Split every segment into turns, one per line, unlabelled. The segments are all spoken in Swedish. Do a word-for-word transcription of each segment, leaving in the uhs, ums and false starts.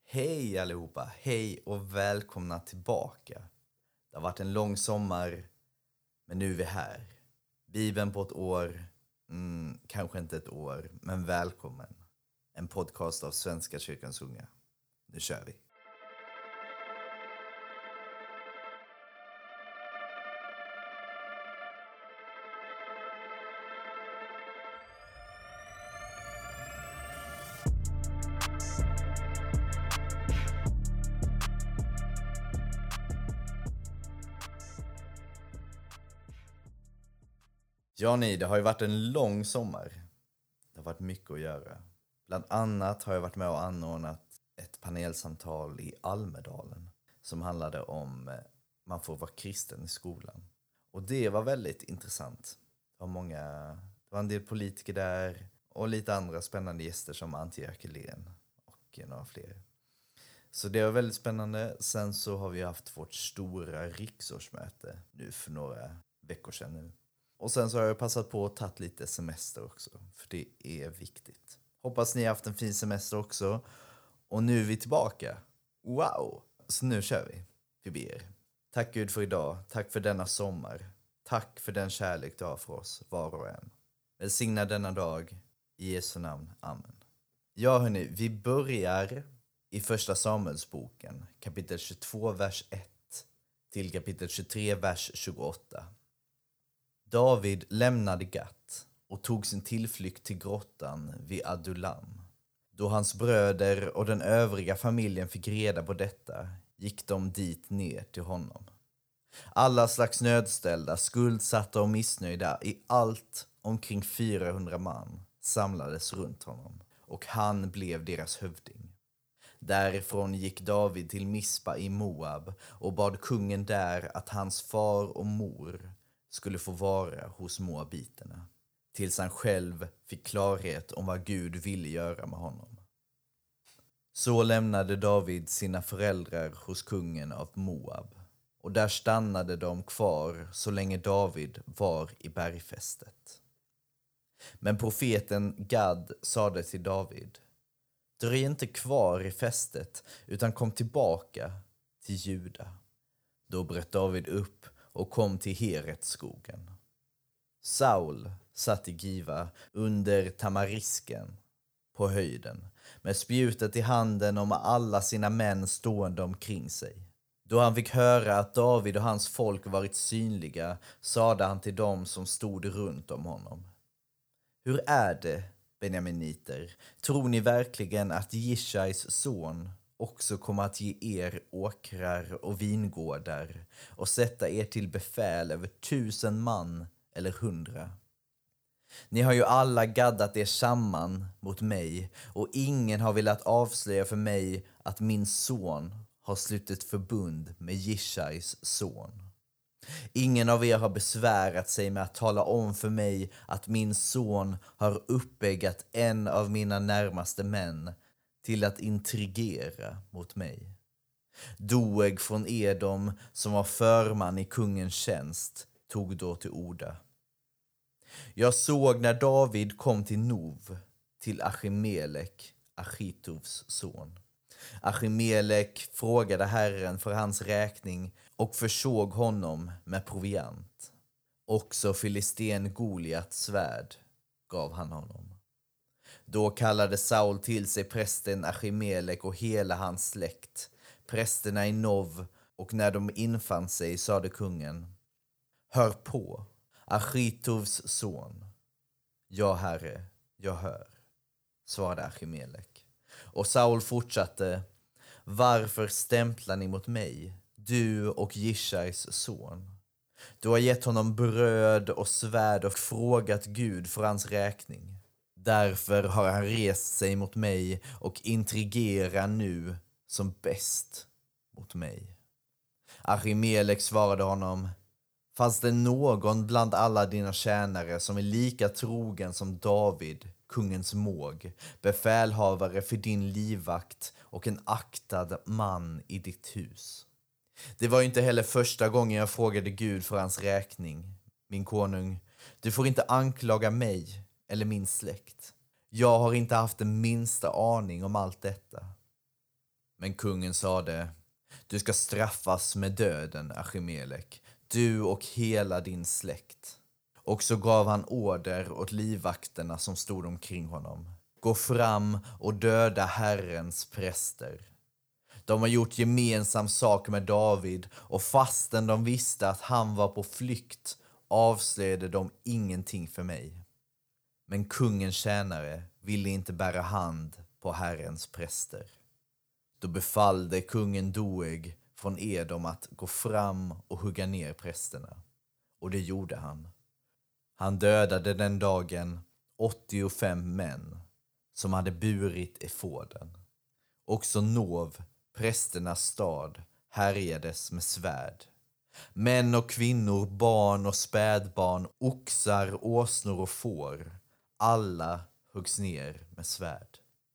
Hej allihopa, hej och välkomna tillbaka. Det har varit en lång sommar, men nu är vi här. Bibeln på ett år, mm, kanske inte ett år, men välkommen. En podcast av Svenska kyrkans unga. Nu kör vi. Ja ni, det har ju varit en lång sommar. Det har varit mycket att göra. Bland annat har jag varit med och anordnat ett panelsamtal i Almedalen som handlade om eh, man får vara kristen i skolan. Och det var väldigt intressant. Det var många, det var en del politiker där och lite andra spännande gäster som Antje Jackelén och några fler. Så det var väldigt spännande. Sen så har vi haft vårt stora riksårsmöte nu för några veckor sedan nu. Och sen så har jag passat på att ta lite semester också, för det är viktigt. Hoppas ni har haft en fin semester också. Och nu är vi tillbaka. Wow! Så nu kör vi. Vi ber. Tack Gud för idag. Tack för denna sommar. Tack för den kärlek du har för oss, var och en. Välsigna denna dag. I Jesu namn. Amen. Ja hörni, vi börjar i första Samuelsboken, kapitel tjugotvå, vers ett till kapitel tjugotre, vers tjugoåtta. David lämnade Gat och tog sin tillflykt till grottan vid Adullam. Då hans bröder och den övriga familjen fick reda på detta gick de dit ner till honom. Alla slags nödställda, skuldsatta och missnöjda, i allt omkring fyrahundra man samlades runt honom, och han blev deras hövding. Därifrån gick David till Mispa i Moab och bad kungen där att hans far och mor skulle få vara hos moabiterna, tills han själv fick klarhet om vad Gud ville göra med honom. Så lämnade David sina föräldrar hos kungen av Moab, och där stannade de kvar så länge David var i bergfästet. Men profeten Gad sade till David: dröj inte kvar i fästet, utan kom tillbaka till Juda. Då bröt David upp och kom till Heretsskogen. Saul satt i Giva under tamarisken på höjden, med spjutet i handen och med alla sina män stående omkring sig. Då han fick höra att David och hans folk varit synliga, sade han till dem som stod runt om honom: hur är det, benjaminiter? Tror ni verkligen att Jishais son också kommer att ge er åkrar och vingårdar och sätta er till befäl över tusen man eller hundra? Ni har ju alla gaddat er samman mot mig, och ingen har velat avslöja för mig att min son har slutit förbund med Jishais son. Ingen av er har besvärat sig med att tala om för mig att min son har uppeggat en av mina närmaste män till att intrigera mot mig. Doeg från Edom, som var förman i kungens tjänst, tog då till orda. Jag såg när David kom till Nov, till Achimelek, Achitovs son. Achimelek frågade Herren för hans räkning och försåg honom med proviant. Också filisten Goliats svärd gav han honom. Då kallade Saul till sig prästen Achimelek och hela hans släkt, prästerna i Nov, och när de infann sig sade kungen: hör på, Achitovs son. Ja, herre, jag hör, svarade Achimelek. Och Saul fortsatte: varför stämplar ni mot mig, du och Jishais son? Du har gett honom bröd och svärd och frågat Gud för hans räkning. Därför har han rest sig mot mig och intrigerar nu som bäst mot mig. Achimelek svarade honom: fanns det någon bland alla dina tjänare som är lika trogen som David, kungens måg, befälhavare för din livvakt och en aktad man i ditt hus? Det var ju inte heller första gången jag frågade Gud för hans räkning. Min konung, du får inte anklaga mig eller min släkt. Jag har inte haft den minsta aning om allt detta. Men kungen sade: du ska straffas med döden, Achimelek, du och hela din släkt. Och så gav han order åt livvakterna som stod omkring honom: gå fram och döda Herrens präster. De har gjort gemensam sak med David, och fastän de visste att han var på flykt avslöjade de ingenting för mig. Men kungens tjänare ville inte bära hand på Herrens präster. Då befallde kungen Doeg från Edom att gå fram och hugga ner prästerna. Och det gjorde han. Han dödade den dagen åttiofem män som hade burit efoden. Också Nov, prästernas stad, härjades med svärd. Män och kvinnor, barn och spädbarn, oxar, åsnor och får, alla huggs ner med svärd.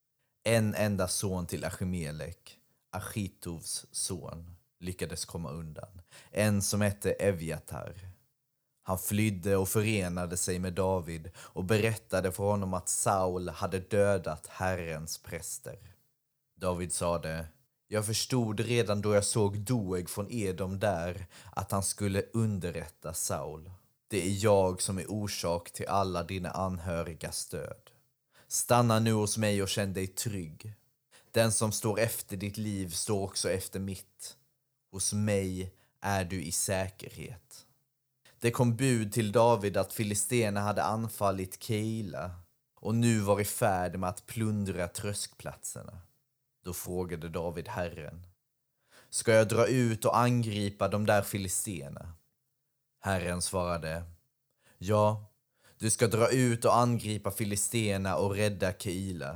En enda son till Achimelek, Achitovs son, lyckades komma undan. En som hette Evjatar. Han flydde och förenade sig med David och berättade för honom att Saul hade dödat Herrens präster. David sade: jag förstod redan då jag såg Doeg från Edom där att han skulle underrätta Saul. Det är jag som är orsak till alla dina anhörigas död. Stanna nu hos mig och känn dig trygg. Den som står efter ditt liv står också efter mitt. Hos mig är du i säkerhet. Det kom bud till David att filisterna hade anfallit Keila och nu var i färd med att plundra tröskplatserna. Då frågade David Herren: ska jag dra ut och angripa de där filisterna? Herren svarade: ja, du ska dra ut och angripa filisterna och rädda Keila.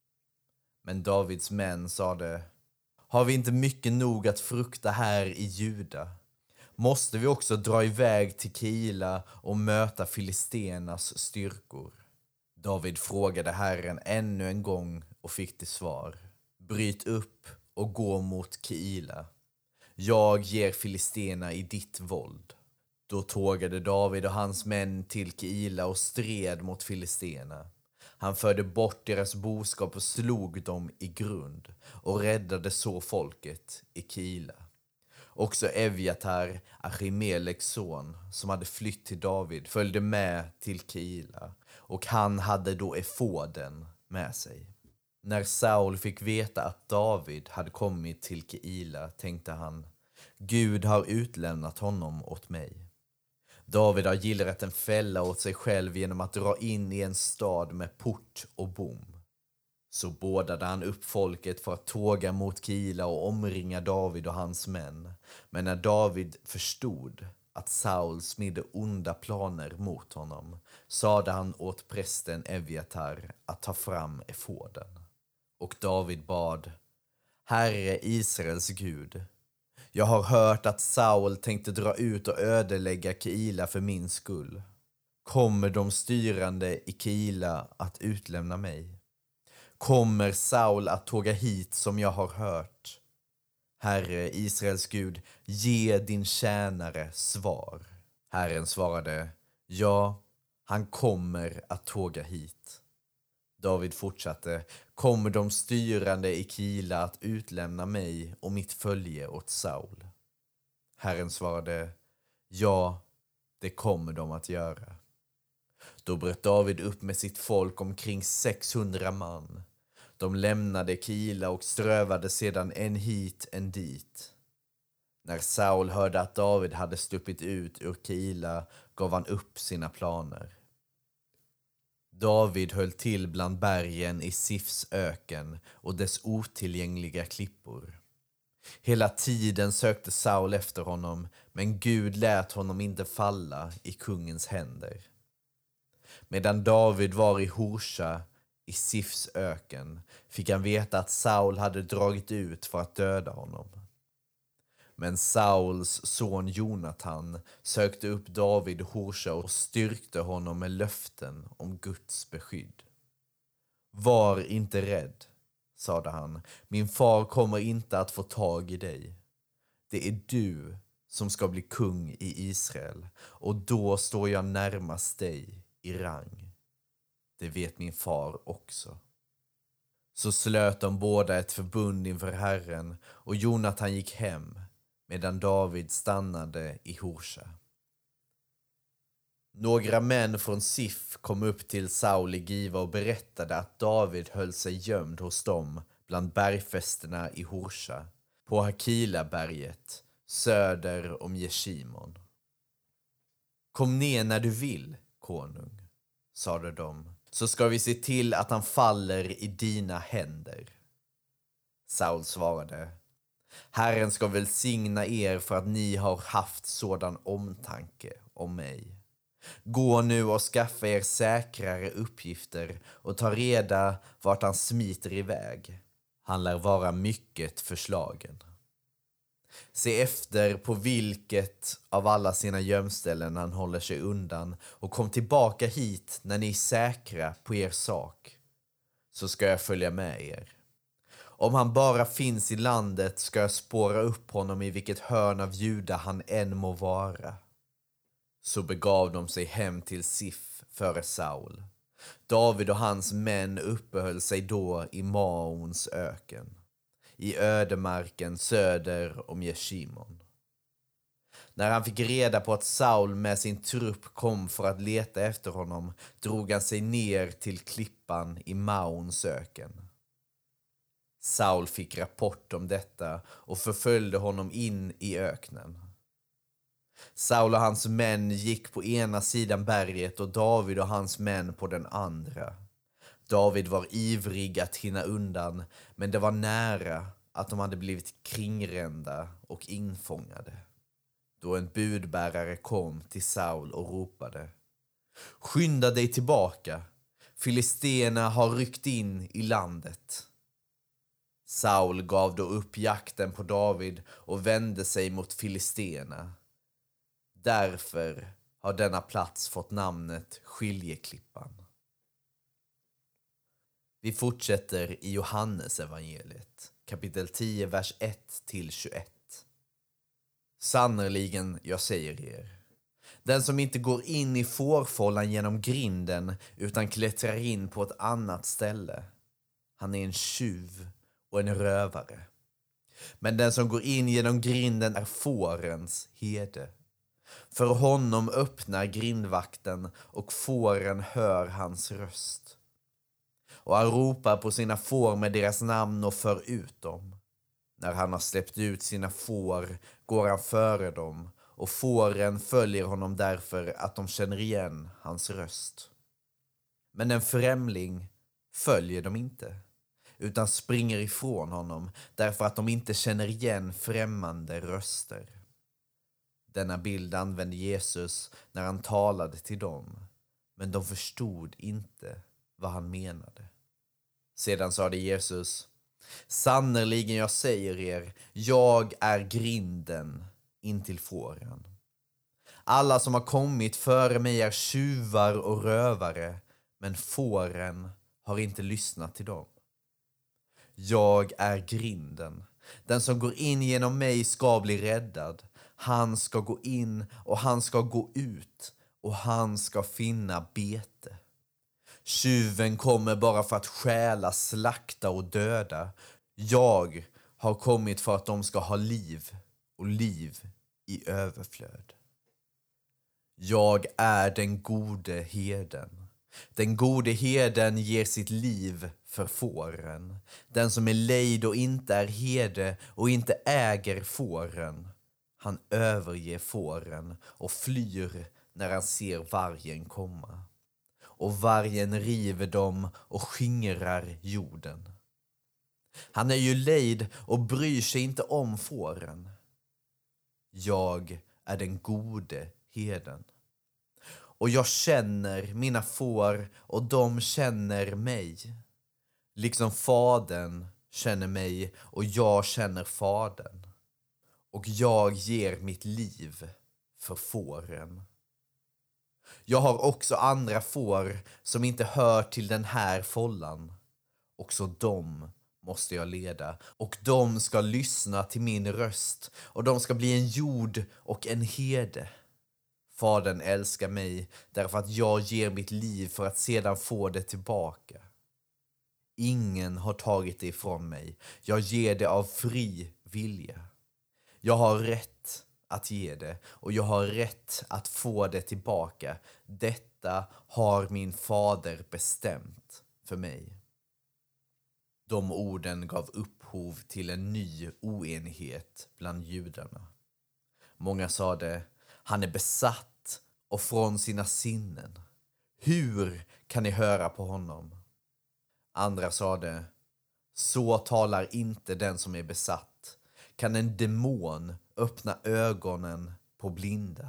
Men Davids män sade: har vi inte mycket nog att frukta här i Juda? Måste vi också dra iväg till Keila och möta filisternas styrkor? David frågade Herren ännu en gång och fick till svar: bryt upp och gå mot Keila. Jag ger filisterna i ditt våld. Då tågade David och hans män till Keila och stred mot filisterna. Han förde bort deras boskap och slog dem i grund och räddade så folket i Keila. Också Evjatar, Achimeleks son, som hade flytt till David, följde med till Keila, och han hade då efoden med sig. När Saul fick veta att David hade kommit till Keila tänkte han: Gud har utlämnat honom åt mig. David har gillrat en fälla åt sig själv genom att dra in i en stad med port och bom. Så bådade han upp folket för att tåga mot Keila och omringa David och hans män. Men när David förstod att Saul smidde onda planer mot honom, sade han åt prästen Evjatar att ta fram efoden. Och David bad: Herre Israels Gud, jag har hört att Saul tänkte dra ut och ödelägga Keila för min skull. Kommer de styrande i Keila att utlämna mig? Kommer Saul att tåga hit som jag har hört? Herre Israels Gud, ge din tjänare svar. Herren svarade: ja, han kommer att tåga hit. David fortsatte: kommer de styrande i Keila att utlämna mig och mitt följe åt Saul? Herren svarade: ja, det kommer de att göra. Då bröt David upp med sitt folk omkring sexhundra man. De lämnade Keila och strövade sedan en hit en dit. När Saul hörde att David hade stuppit ut ur Keila gav han upp sina planer. David höll till bland bergen i Sifs öken och dess otillgängliga klippor. Hela tiden sökte Saul efter honom, men Gud lät honom inte falla i kungens händer. Medan David var i Horsha i Sifs öken fick han veta att Saul hade dragit ut för att döda honom. Men Sauls son Jonatan sökte upp David i Horsha och styrkte honom med löften om Guds beskydd. Var inte rädd, sade han, min far kommer inte att få tag i dig. Det är du som ska bli kung i Israel, och då står jag närmast dig i rang. Det vet min far också. Så slöt de båda ett förbund inför Herren, och Jonatan gick hem, medan David stannade i Horsa. Några män från Sif kom upp till Saul i Giva och berättade att David höll sig gömd hos dem bland bergfästena i Horsa, på Hakila-berget, söder om Jeshimon. Kom ner när du vill, konung, sade de, så ska vi se till att han faller i dina händer. Saul svarade: Herren ska välsigna er för att ni har haft sådan omtanke om mig. Gå nu och skaffa er säkrare uppgifter och ta reda vart han smiter iväg. Han lär vara mycket förslagen. Se efter på vilket av alla sina gömställen han håller sig undan och kom tillbaka hit när ni är säkra på er sak, så ska jag följa med er. Om han bara finns i landet ska jag spåra upp honom i vilket hörn av Juda han än må vara. Så begav de sig hem till Sif före Saul. David och hans män uppehöll sig då i Maons öken, i ödemarken söder om Jeshimon. När han fick reda på att Saul med sin trupp kom för att leta efter honom, drog han sig ner till klippan i Maons öken. Saul fick rapport om detta och förföljde honom in i öknen. Saul och hans män gick på ena sidan berget och David och hans män på den andra. David var ivrig att hinna undan, men det var nära att de hade blivit kringrända och infångade. Då en budbärare kom till Saul och ropade: Skynda dig tillbaka! Filisterna har ryckt in i landet. Saul gav då upp jakten på David och vände sig mot filisterna. Därför har denna plats fått namnet Skiljeklippan. Vi fortsätter i Johannes evangeliet, kapitel tio, vers ett till tjugoett. Sannerligen, jag säger er, den som inte går in i fårfållan genom grinden utan klättrar in på ett annat ställe, han är en tjuv och en rövare. Men den som går in genom grinden är fårens herde. För honom öppnar grindvakten och fåren hör hans röst. Och han ropar på sina får med deras namn och för ut dem. När han har släppt ut sina får går han före dem, och fåren följer honom därför att de känner igen hans röst. Men en främling följer dem inte, utan springer ifrån honom därför att de inte känner igen främmande röster. Denna bild använde Jesus när han talade till dem, men de förstod inte vad han menade. Sedan sade Jesus: Sannerligen, jag säger er, jag är grinden in till fåren. Alla som har kommit före mig är tjuvar och rövare, men fåren har inte lyssnat till dem. Jag är grinden. Den som går in genom mig ska bli räddad. Han ska gå in och han ska gå ut och han ska finna bete. Tjuven kommer bara för att stjäla, slakta och döda. Jag har kommit för att de ska ha liv och liv i överflöd. Jag är den gode herden. Den gode herden ger sitt liv för fåren. Den som är lejd och inte är herde och inte äger fåren, han överger fåren och flyr när han ser vargen komma. Och vargen river dem och skingrar jorden. Han är ju lejd och bryr sig inte om fåren. Jag är den gode herden. Och jag känner mina får och de känner mig. Liksom fadern känner mig och jag känner fadern. Och jag ger mitt liv för fåren. Jag har också andra får som inte hör till den här fållan. Också dem måste jag leda. Och de ska lyssna till min röst. Och de ska bli en jord och en herde. Fadern älskar mig därför att jag ger mitt liv för att sedan få det tillbaka. Ingen har tagit det ifrån mig. Jag ger det av fri vilja. Jag har rätt att ge det och jag har rätt att få det tillbaka. Detta har min fader bestämt för mig. De orden gav upphov till en ny oenighet bland judarna. Många sade, han är besatt och från sina sinnen. Hur kan ni höra på honom? Andra sade, så talar inte den som är besatt. Kan en demon öppna ögonen på blinda?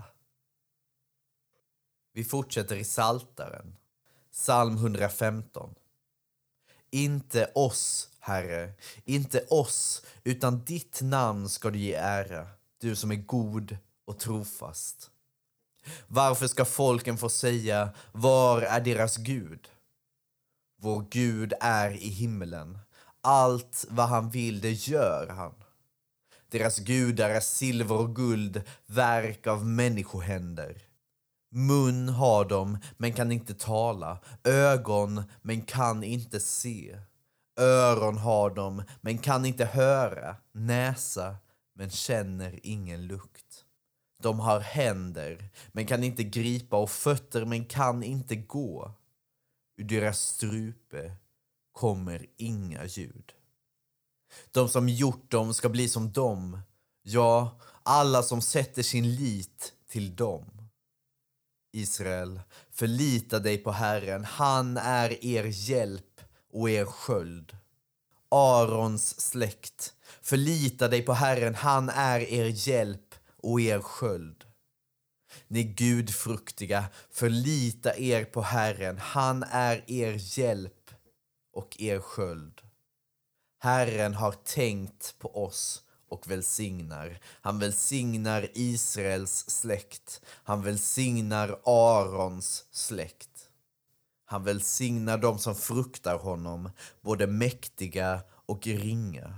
Vi fortsätter i Psaltaren. Psalm hundrafemton. Inte oss, Herre, inte oss, utan ditt namn ska du ge ära, du som är god och trofast. Varför ska folken få säga, var är deras Gud? Vår Gud är i himmelen. Allt vad han vill, det gör han. Deras gudar är silver och guld, verk av människohänder. Mun har de, men kan inte tala. Ögon, men kan inte se. Öron har de, men kan inte höra. Näsa, men känner ingen lukt. De har händer, men kan inte gripa, och fötter, men kan inte gå. Ur deras strupe kommer inga ljud. De som gjort dem ska bli som dem. Ja, alla som sätter sin lit till dem. Israel, förlita dig på Herren. Han är er hjälp och er sköld. Arons släkt, förlita dig på Herren. Han är er hjälp och er sköld. Ni gudfruktiga, förlita er på Herren. Han är er hjälp och er sköld. Herren har tänkt på oss och välsignar. Han välsignar Israels släkt. Han välsignar Arons släkt. Han välsignar dem som fruktar honom, både mäktiga och ringa.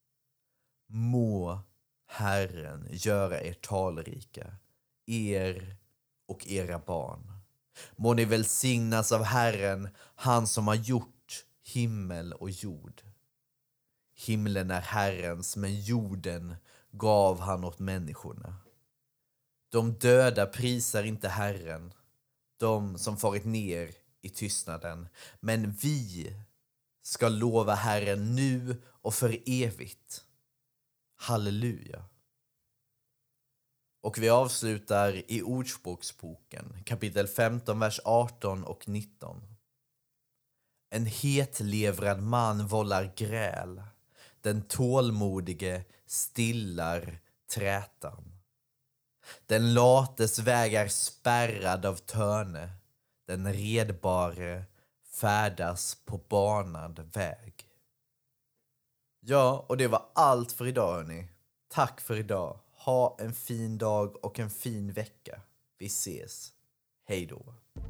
Må Herren göra er talrika, er och era barn. Må ni välsignas av Herren, han som har gjort himmel och jord. Himlen är Herrens, men jorden gav han åt människorna. De döda prisar inte Herren, de som farit ner i tystnaden. Men vi ska lova Herren nu och för evigt. Halleluja. Och vi avslutar i Ordspråksboken, kapitel femton, vers arton och nitton. En hetlevrad man vållar gräl. Den tålmodige stillar trätan. Den lates väg är spärrad av törne. Den redbare färdas på banad väg. Ja, och det var allt för idag, hörni. Tack för idag. Ha en fin dag och en fin vecka. Vi ses. Hej då.